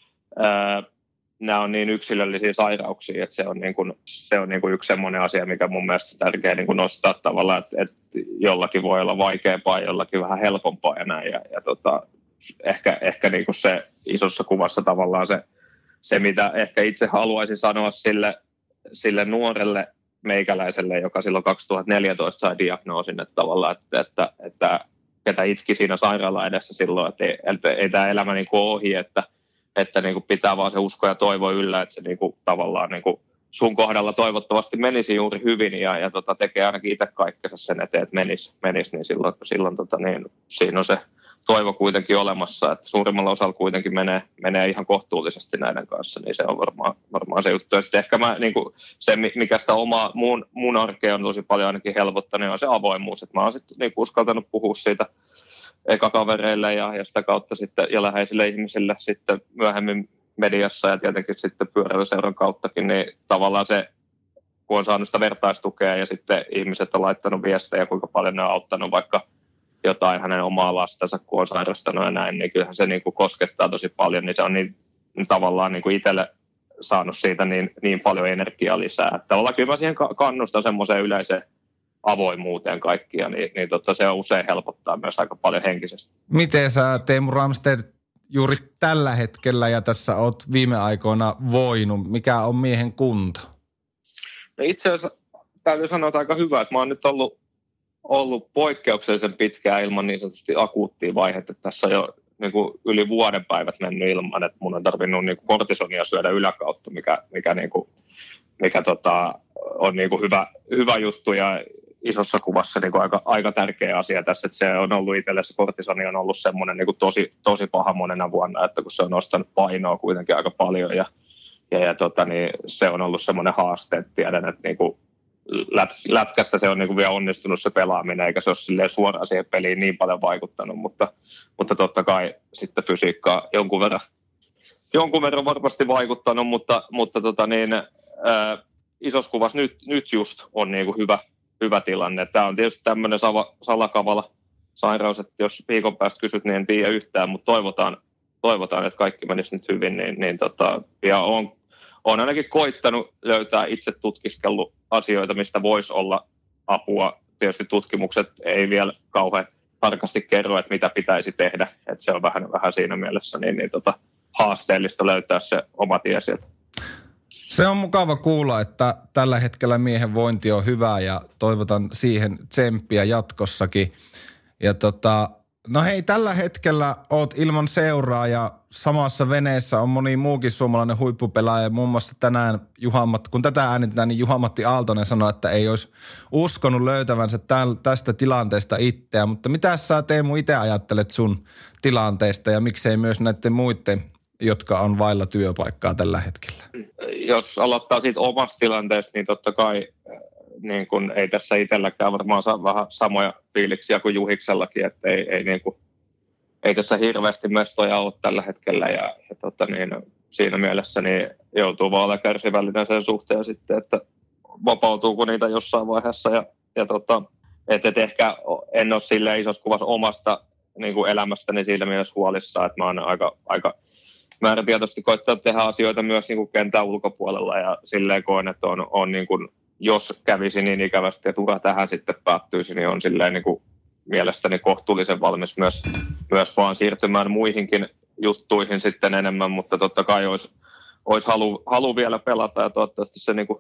ää, nämä on niin yksilöllisiä sairauksia, että se on, niin kuin, se on niin kuin yksi semmoinen asia, mikä mun mielestä on tärkeä niin kuin nostaa tavallaan, että, että jollakin voi olla vaikeampaa, jollakin vähän helpompaa ja näin. Ja, ja tota, ehkä, ehkä niin kuin se isossa kuvassa tavallaan se, Se, mitä ehkä itse haluaisin sanoa sille, sille nuorelle meikäläiselle, joka silloin kaksituhattaneljätoista sai diagnoosin, että tavallaan, että, että, että ketä itki siinä sairaalan edessä silloin, että ei, että ei tämä elämä niin kuin ohi, että, että niin kuin pitää vaan se usko ja toivo yllä, että se niin kuin tavallaan niin kuin sun kohdalla toivottavasti menisi juuri hyvin ja, ja tota, tekee ainakin itse kaikkensa sen eteen, että menisi, menisi niin silloin, silloin tota, niin, siinä on se toivo kuitenkin olemassa, että suurimmalla osalla kuitenkin menee, menee ihan kohtuullisesti näiden kanssa, niin se on varmaan, varmaan se juttu. Ja sitten ehkä mä, niin kuin, se, mikä sitä omaa, mun, mun arkea on tosi paljon ainakin helpottanut, on se avoimuus. Että mä oon sitten niin uskaltanut puhua siitä eka kavereille ja, ja sitä kautta sitten ja läheisille ihmisille sitten myöhemmin mediassa ja tietenkin sitten pyöräilyseuran kauttakin, niin tavallaan se, kun on saanut sitä vertaistukea ja sitten ihmiset on laittanut viestejä, kuinka paljon ne on auttanut vaikka jotain hänen omaa lastansa, kun on sairastanut ja näin, niin kyllähän se niin kuin koskettaa tosi paljon, niin se on niin, niin tavallaan niin kuin itselle saanut siitä niin, niin paljon energiaa lisää. Että tavallaan kyllä mä siihen kannustan semmoiseen yleiseen avoimuuteen kaikkia, niin, niin totta, se usein helpottaa myös aika paljon henkisesti. Miten sä, Teemu Ramstedt, juuri tällä hetkellä ja tässä oot viime aikoina voinut, mikä on miehen kunto? No itse asiassa täytyy sanoa, että aika hyvä, että mä oon nyt ollut ollut poikkeuksellisen pitkään ilman niin sanotusti akuuttia vaihetta. Tässä on jo niin kuin yli vuoden päivät mennyt ilman, että mun on tarvinnut niin kuin kortisonia syödä yläkautta, mikä, mikä, niin kuin, mikä tota, on niin kuin hyvä, hyvä juttu ja isossa kuvassa niin kuin aika, aika tärkeä asia tässä. Että se on ollut itselle, se kortisoni on ollut semmoinen niin kuin tosi, tosi paha monena vuonna, että kun se on nostanut painoa kuitenkin aika paljon ja, ja, ja tota, niin se on ollut semmoinen haaste, että tiedän, että niin kuin lätkässä se on niin kuin vielä onnistunut se pelaaminen, eikä se ole silleen suoraan siihen peliin niin paljon vaikuttanut, mutta, mutta totta kai sitten fysiikkaa jonkun verran, jonkun verran varmasti vaikuttanut, mutta, mutta tota niin, ää, isossa kuvassa nyt, nyt just on niin kuin hyvä, hyvä tilanne. Tämä on tietysti tämmöinen sava, salakavala sairaus, että jos viikon päästä kysyt, niin en tiedä yhtään, mutta toivotaan, toivotaan että kaikki menisi nyt hyvin, niin, niin tota, ja on Olen ainakin koittanut löytää itse tutkiskellut asioita, mistä voisi olla apua. Tietysti tutkimukset ei vielä kauhean tarkasti kerro, että mitä pitäisi tehdä. Että se on vähän, vähän siinä mielessä niin, niin tota, haasteellista löytää se oma tie sieltä. Se on mukava kuulla, että tällä hetkellä miehen vointi on hyvä ja toivotan siihen tsemppiä jatkossakin. Ja tota, no hei, tällä hetkellä oot ilman seuraa ja samassa veneessä on moni muukin suomalainen huippupelaaja. Muun muassa tänään, Juha-Matti, kun tätä äänitetään, niin Juha-Matti Aaltonen sanoi, että ei olisi uskonut löytävänsä tästä tilanteesta itseä. Mutta mitä sä, Teemu, itse ajattelet sun tilanteesta ja miksei myös näiden muiden, jotka on vailla työpaikkaa tällä hetkellä? Jos aloittaa siitä omasta tilanteesta, niin totta kai niin kun ei tässä itselläkään varmaan saa vähän samoja fiiliksiä kuin Juhiksellakin, että ei, ei, niin kun, ei tässä hirveästi mestoja ole tällä hetkellä ja, ja tota niin, siinä mielessä niin joutuu vaan olemaan kärsivällinen sen suhteen sitten, että vapautuuko niitä jossain vaiheessa ja, ja tota, et, et ehkä en ole silleen isossa kuvassa omasta niin kuin elämästäni siinä mielessä huolissaan, että mä oon aika, aika määrätietoisesti koittanut tehdä asioita myös niin kuin kentän ulkopuolella ja silleen koen, että on, on niin kuin, jos kävisi niin ikävästi ja ura tähän sitten päättyisi, niin on silleen niin kuin mielestäni kohtuullisen valmis myös, myös vaan siirtymään muihinkin juttuihin sitten enemmän, mutta totta kai olisi, olisi halu, halu vielä pelata ja toivottavasti se, niin kuin,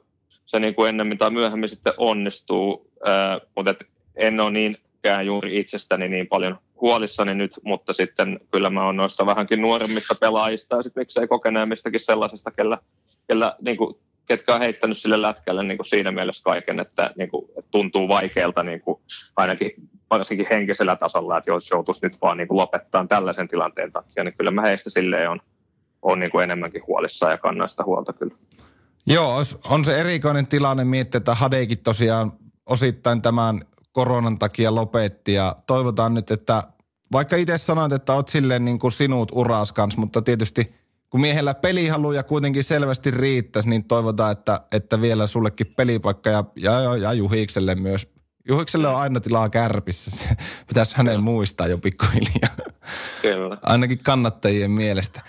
se niin kuin ennemmin tai myöhemmin sitten onnistuu, ää, mutta et en ole niinkään juuri itsestäni niin paljon huolissani nyt, mutta sitten kyllä mä oon noista vähänkin nuoremmista pelaajista ja sitten miksei kokeneemmistakin sellaisesta, kellä, kellä niin kuin, ketkä on heittänyt sille lätkälle niin kuin siinä mielessä kaiken, että, niin kuin, että tuntuu vaikealta niin kuin, ainakin varsinkin henkisellä tasolla, että jos joutuisi nyt vaan niin kuin lopettaa tällaisen tilanteen takia, niin kyllä mä heistä silleen on, on niin kuin enemmänkin huolissaan ja kannan sitä huolta kyllä. Joo, on se erikoinen tilanne miettiä, että Hadekin tosiaan osittain tämän koronan takia lopetti ja toivotaan nyt, että vaikka itse sanoit, että oot silleen niin kuin sinut uras kanssa, mutta tietysti kun miehellä pelihaluja kuitenkin selvästi riittäisi, niin toivotaan, että, että vielä sullekin pelipaikka ja, ja, ja Juhikselle myös. Juhikselle on aina tilaa Kärpissä, se pitäisi hänen muistaa jo pikkuhiljaa. Kyllä. Ainakin kannattajien mielestä.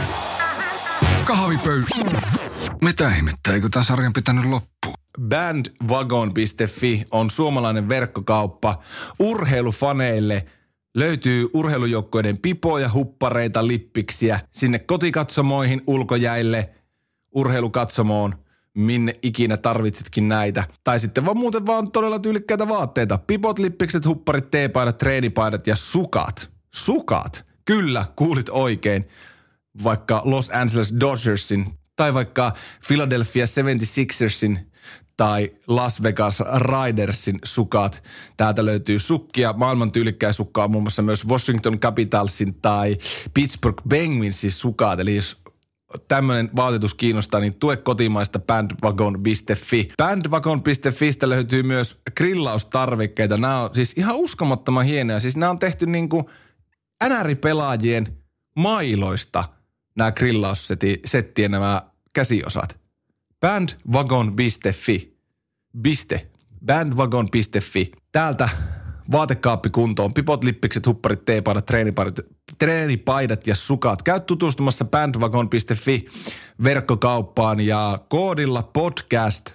Kahvipöydä. Mitä ihmettä, eikö tämän sarjan pitänyt loppua? Bandwagon piste fi on suomalainen verkkokauppa. Urheilufaneille löytyy urheilujoukkueiden pipoja, huppareita, lippiksiä sinne kotikatsomoihin, ulkojäille, urheilukatsomoon, minne ikinä tarvitsetkin näitä. Tai sitten vaan muuten vaan todella tyylikkäitä vaatteita. Pipot, lippikset, hupparit, teepaidat, treenipaidat ja sukat. Sukat! Kyllä, kuulit oikein. Vaikka Los Angeles Dodgersin tai vaikka Philadelphia seitsemänkymmentäkuusiksersin tai Las Vegas Ridersin sukat. Täältä löytyy sukkia, maailman tyylikkäin sukkaa muun muassa myös Washington Capitalsin tai Pittsburgh Penguinsin sukat. Eli jos tämmöinen vaatetus kiinnostaa, niin tue kotimaista bandwagon piste fi. bandwagon piste fistä löytyy myös grillaustarvikkeita. Nämä on siis ihan uskomattoman hienoja. Siis nämä on tehty niin kuin N R-pelaajien mailoista nämä grillaussettien nämä käsiosat. bandwagon piste fi. Biste. bandwagon piste fi. Täältä vaatekaappi kuntoon. Pipot, lippikset, hupparit, teepaidat, treenipaidat, treenipaidat ja sukat. Käy tutustumassa bandwagon piste fi verkkokauppaan ja koodilla podcast,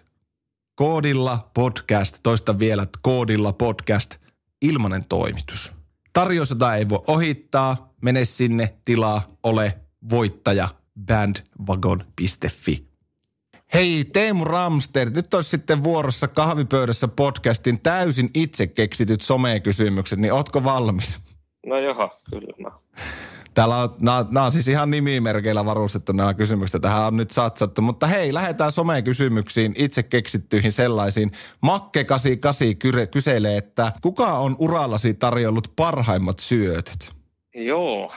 koodilla podcast, toista vielä, koodilla podcast, ilmanen toimitus. Tarjous, jota ei voi ohittaa, mene sinne, tilaa, ole voittaja, bandwagon piste fi. Hei Teemu Ramstedt, nyt olisi sitten vuorossa Kahvipöydässä podcastin täysin itse keksityt somekysymykset, niin ootko valmis? No joha, kyllä mä. Täällä on, nämä, nämä on siis ihan nimimerkeillä varustettu nämä kysymykset, tähän on nyt satsattu, mutta hei, lähdetään somekysymyksiin, itse keksittyihin sellaisiin. Makke kahdeksankymmentäkahdeksan kyselee, että kuka on urallasi tarjollut parhaimmat syötöt? Joo,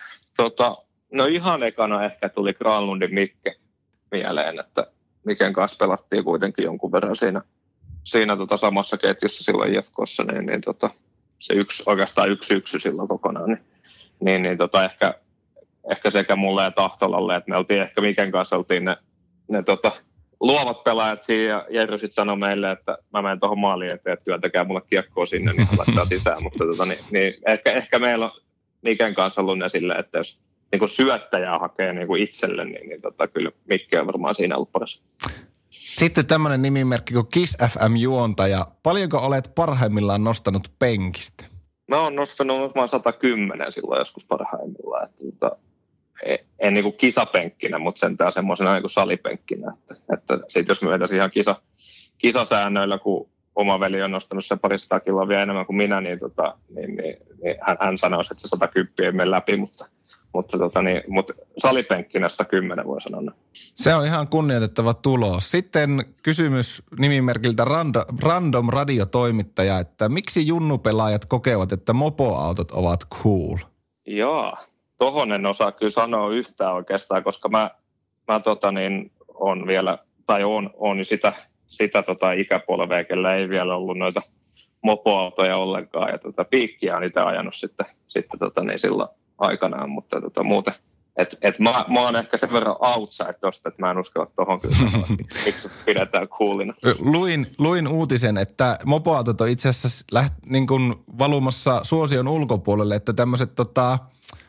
tota, no ihan ekana ehkä tuli Granlundin Mikke mieleen, että Miken kanssa pelattiin kuitenkin jonkun verran siinä, siinä tota samassa ketjussa silloin I F K:ssa, niin, niin tota, se yksi, oikeastaan yksi yksi silloin kokonaan, niin, niin, niin tota, ehkä, ehkä sekä mulle ja Tahtolalle, että me oltiin ehkä Miken kanssa oltiin ne, ne tota, luovat pelaajat siinä, ja Jerry sitten sanoi meille, että mä menen tuohon maaliin eteen, että työntäkää mulle kiekkoa sinne, niin laittaa sisään, mutta tota, niin, niin, ehkä, ehkä meillä on Miken kanssa ollut ne silleen, että jos niin kuin syöttäjää hakee niin kuin itselle, niin, niin tota, kyllä Mikki on varmaan siinä ollut paras. Sitten tämmöinen nimimerkki kuin Kiss F M-juontaja. Paljonko olet parhaimmillaan nostanut penkistä? Mä oon nostanut varmaan sata kymmenen silloin joskus parhaimmillaan. Että, tota, en, en niin kuin kisapenkkinä, mutta sentään semmoisena niin kuin salipenkkinä. Että, että sit jos me vetäisiin ihan kisa, kisasäännöillä, kun oma veli on nostanut sen parista kiloa vielä enemmän kuin minä, niin, tota, niin, niin, niin hän, hän sanoisi, että se sata kymmenen ei mene läpi, mutta Mutta, tota niin, mutta salipenkkinä sata kymmenen voi sanoa. Se on ihan kunnioitettava tulos. Sitten kysymys nimimerkiltä random, random radiotoimittaja, että miksi junnupelaajat kokevat, että mopoautot ovat cool? Joo, tohon en osaa kyllä sanoa yhtään oikeastaan, koska mä, mä tota niin, on vielä, tai on, on sitä, sitä tota ikäpolvea, kellä ei vielä ollut noita mopoautoja ollenkaan. Ja tota, piikkiä on itse ajanut sitten, sitten tota niin, silloin aikanaan, mutta tota, muuten, että et mä, mä oon ehkä sen verran outside tosta, että mä en uskalla tohon kyllä sanoa, miksi pidetään coolina. Luin, luin uutisen, että mopoautot on itse asiassa läht, niin kuin valumassa suosion ulkopuolelle, että tämmöiset tota,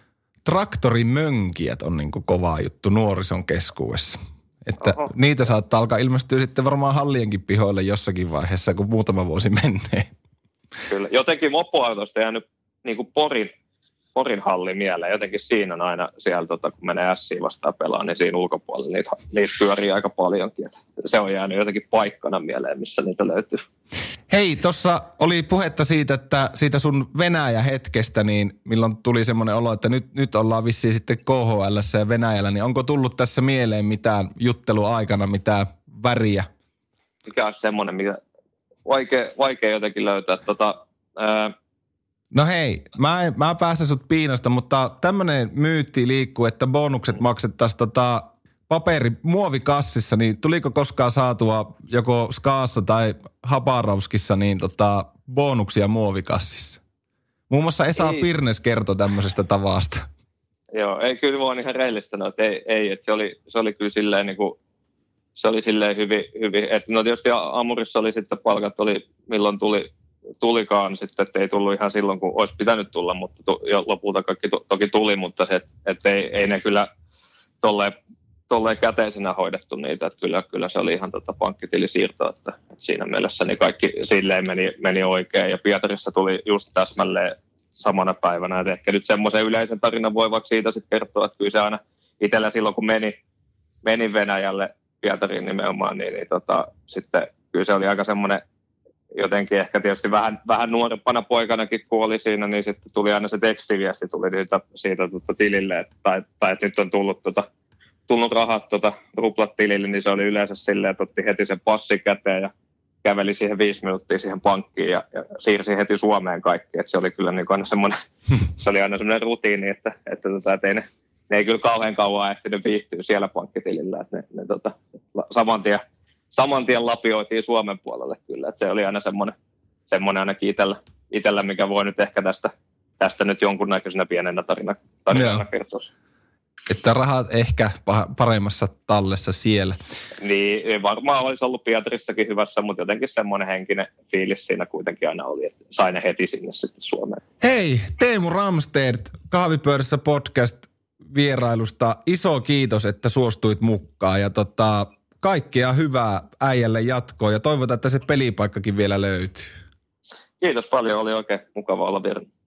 traktorimönkijät on niin kuin kova juttu nuorison keskuudessa. Että Oho. Niitä saattaa alkaa ilmestyä sitten varmaan hallienkin pihoille jossakin vaiheessa, kun muutama vuosi menee. Kyllä, jotenkin mopoautosta jäänyt niin kuin Porin Porin halli mieleen. Jotenkin siinä on aina siellä, tota, kun menee Ässiä vastaan pelaa, niin siinä ulkopuolella niitä, niitä pyörii aika paljonkin. Et se on jäänyt jotenkin paikkana mieleen, missä niitä löytyy. Hei, tuossa oli puhetta siitä, että siitä sun Venäjä-hetkestä, niin milloin tuli semmoinen olo, että nyt, nyt ollaan vissiin sitten K H L:ssä ja Venäjällä, niin onko tullut tässä mieleen mitään jutteluaikana, mitään väriä? Mikä on semmoinen, mikä vaikea, vaikea jotenkin löytää. Tota, ää... No hei, mä, en, mä pääsen sut piinasta, mutta tämmöinen myytti liikkuu, että bonukset maksettaisiin tota paperi muovikassissa, niin tuliko koskaan saatua joko Skaassa tai Habarovskissa niin tota bonuksia muovikassissa? Muun muassa Esa ei. Pirnes kertoi tämmöisestä tavasta. Joo, ei kyllä voin ihan rehellisesti sanoa, että ei, ei että se oli, se oli kyllä silleen niin kuin, se oli silleen hyvin, hyvin, että no tietysti Amurissa oli sitten palkat oli milloin tuli, tulikaan sitten, että ei tullut ihan silloin, kun olisi pitänyt tulla, mutta to, jo lopulta kaikki to, toki tuli, mutta se, että et ei, ei ne kyllä tolleen, tolleen käteisenä hoidettu niitä, että kyllä, kyllä se oli ihan tota pankkitilisiirto, että, että siinä mielessä niin kaikki silleen meni, meni oikein ja Pietarissa tuli just täsmälleen samana päivänä, että ehkä nyt semmoisen yleisen tarinan voi vaikka siitä sitten kertoa, että kyllä se aina itsellä silloin, kun meni, meni Venäjälle Pietariin nimenomaan, niin, niin tota, sitten kyllä se oli aika semmoinen jotenkin ehkä tietysti vähän, vähän nuorempana poikanakin, kun oli siinä, niin sitten tuli aina se tekstiviesti tuli siitä, siitä tuota tilille, että, tai, tai että nyt on tullut, tuota, tullut rahat tuota, ruplat tilille, niin se oli yleensä silleen, että otti heti sen passi käteen ja käveli siihen viisi minuuttia siihen pankkiin ja, ja siirsi heti Suomeen kaikki. Että se oli kyllä niin aina semmoinen, se oli aina semmoinen rutiini, että, että, tota, että ei ne, ne ei kyllä kauhean kauan ehtinyt viihtyä siellä pankkitilillä. Että ne, ne tota, saman tien, saman tien lapioitiin Suomen puolelle kyllä. Että se oli aina semmoinen, semmoinen ainakin itsellä, itsellä, mikä voi nyt ehkä tästä, tästä nyt jonkunnäköisenä pienenä tarina, tarinana kertoa. Että rahat ehkä paremmassa tallessa siellä. Niin, varmaan olisi ollut Pietarissakin hyvässä, mutta jotenkin semmoinen henkinen fiilis siinä kuitenkin aina oli, että sai ne heti sinne sitten Suomeen. Hei, Teemu Ramstedt, Kahvipöydässä podcast vierailusta. Iso kiitos, että suostuit mukaan ja tota, kaikkea hyvää äijälle jatkoon ja toivotaan, että se pelipaikkakin vielä löytyy. Kiitos paljon, oli oikein mukava olla vierailu.